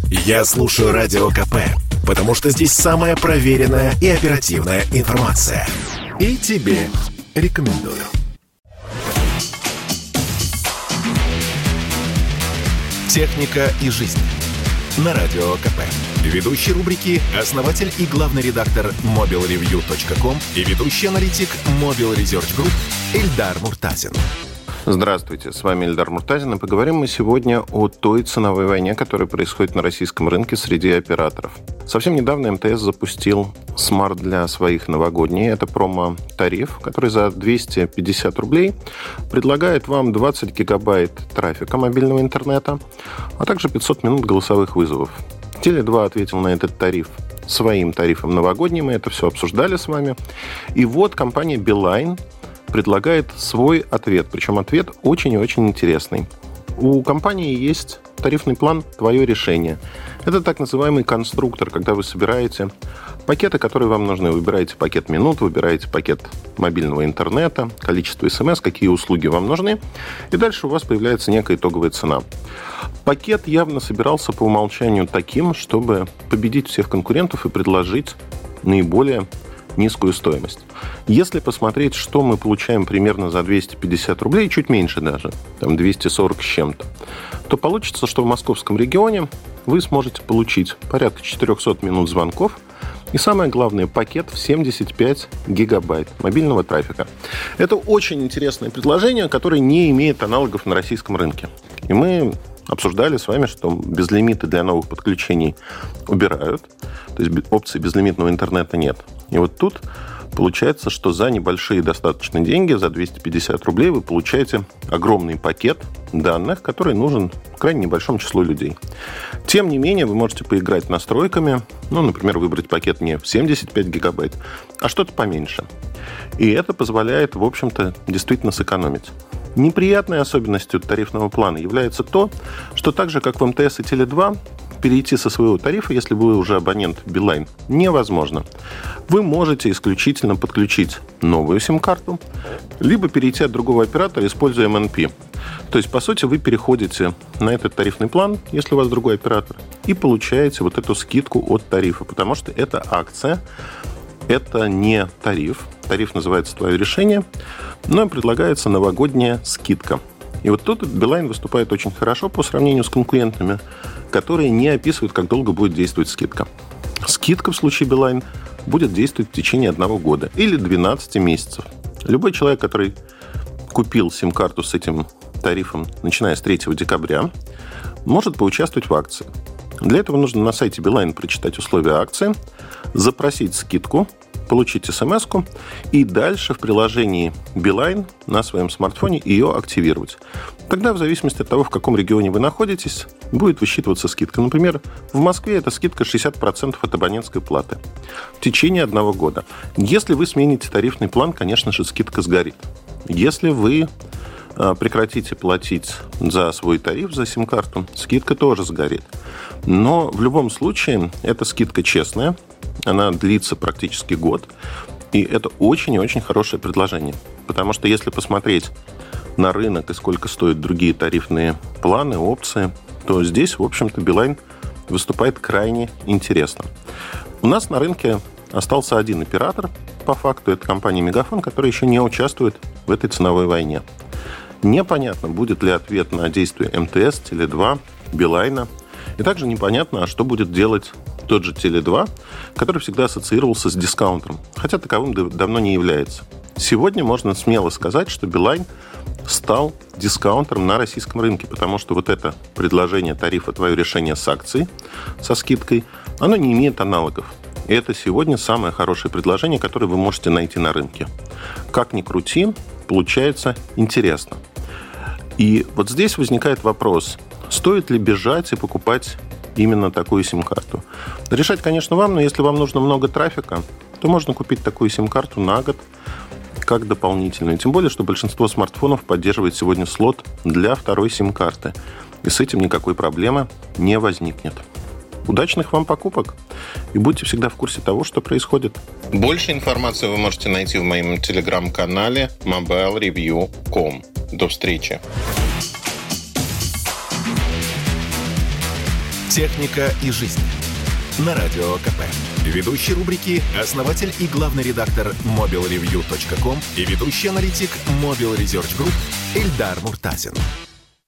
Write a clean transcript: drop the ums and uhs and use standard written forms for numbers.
Я слушаю Радио КП, потому что здесь самая проверенная и оперативная информация. И тебе рекомендую. «Техника и жизнь» на Радио КП. Ведущий рубрики – основатель и главный редактор mobilreview.com и ведущий аналитик Mobile Research Group Эльдар Муртазин. Здравствуйте, с вами Эльдар Муртазин, и поговорим мы сегодня о той ценовой войне, которая происходит на российском рынке среди операторов. Совсем недавно МТС запустил смарт для своих новогодний. Это промо-тариф, который за 250 рублей предлагает вам 20 гигабайт трафика мобильного интернета, а также 500 минут голосовых вызовов. Теле2 ответил на этот тариф своим тарифом новогодним, мы это все обсуждали с вами. И вот компания Билайн предлагает свой ответ, причем ответ очень и очень интересный. У компании есть тарифный план «Твое решение». Это так называемый конструктор, когда вы собираете пакеты, которые вам нужны. Выбираете пакет минут, выбираете пакет мобильного интернета, количество СМС, какие услуги вам нужны. И дальше у вас появляется некая итоговая цена. Пакет явно собирался по умолчанию таким, чтобы победить всех конкурентов и предложить наиболее низкую стоимость. Если посмотреть, что мы получаем примерно за 250 рублей, чуть меньше даже, там 240 с чем-то, то получится, что в московском регионе вы сможете получить порядка 400 минут звонков и, самое главное, пакет в 75 гигабайт мобильного трафика. Это очень интересное предложение, которое не имеет аналогов на российском рынке. И мы обсуждали с вами, что безлимиты для новых подключений убирают, то есть опции безлимитного интернета нет. И вот тут получается, что за небольшие достаточно деньги, за 250 рублей, вы получаете огромный пакет данных, который нужен крайне небольшому числу людей. Тем не менее, вы можете поиграть настройками, например, выбрать пакет не в 75 гигабайт, а что-то поменьше. И это позволяет, в общем-то, действительно сэкономить. Неприятной особенностью тарифного плана является то, что так же, как в МТС и Теле2, перейти со своего тарифа, если вы уже абонент Билайн, невозможно. Вы можете исключительно подключить новую сим-карту, либо перейти от другого оператора, используя MNP. То есть, по сути, вы переходите на этот тарифный план, если у вас другой оператор, и получаете вот эту скидку от тарифа, потому что это акция, это не тариф. Тариф называется «Твое решение», но предлагается новогодняя скидка. И вот тут Билайн выступает очень хорошо по сравнению с конкурентами, которые не описывают, как долго будет действовать скидка. Скидка в случае Билайн будет действовать в течение 1 года или 12 месяцев. Любой человек, который купил сим-карту с этим тарифом, начиная с 3 декабря, может поучаствовать в акции. Для этого нужно на сайте Билайн прочитать условия акции, запросить скидку, получить смс-ку и дальше в приложении Билайн на своем смартфоне ее активировать. Тогда, в зависимости от того, в каком регионе вы находитесь, будет высчитываться скидка. Например, в Москве это скидка 60% от абонентской платы в течение 1 года. Если вы смените тарифный план, конечно же, скидка сгорит. Если вы прекратите платить за свой тариф, за сим-карту, скидка тоже сгорит. Но в любом случае, эта скидка честная, она длится практически год, и это очень и очень хорошее предложение. Потому что если посмотреть на рынок и сколько стоят другие тарифные планы, опции, то здесь, в общем-то, Билайн выступает крайне интересно. У нас на рынке остался один оператор, по факту, это компания Мегафон, которая еще не участвует в этой ценовой войне. Непонятно, будет ли ответ на действия МТС, Теле2, Билайна. И также непонятно, что будет делать тот же Теле2, который всегда ассоциировался с дискаунтером, хотя таковым давно не является. Сегодня можно смело сказать, что Билайн стал дискаунтером на российском рынке, потому что вот это предложение тарифа «Твое решение» с акцией, со скидкой, оно не имеет аналогов. И это сегодня самое хорошее предложение, которое вы можете найти на рынке. Как ни крути, получается интересно. И вот здесь возникает вопрос, стоит ли бежать и покупать именно такую сим-карту. Решать, конечно, вам, но если вам нужно много трафика, то можно купить такую сим-карту на год как дополнительную. Тем более, что большинство смартфонов поддерживает сегодня слот для второй сим-карты. И с этим никакой проблемы не возникнет. Удачных вам покупок и будьте всегда в курсе того, что происходит. Больше информации вы можете найти в моем телеграм-канале mobilreview.com. До встречи! «Техника и жизнь» на Радио КП. Ведущий рубрики – основатель и главный редактор mobilreview.com и ведущий аналитик Mobile Research Group Эльдар Муртазин.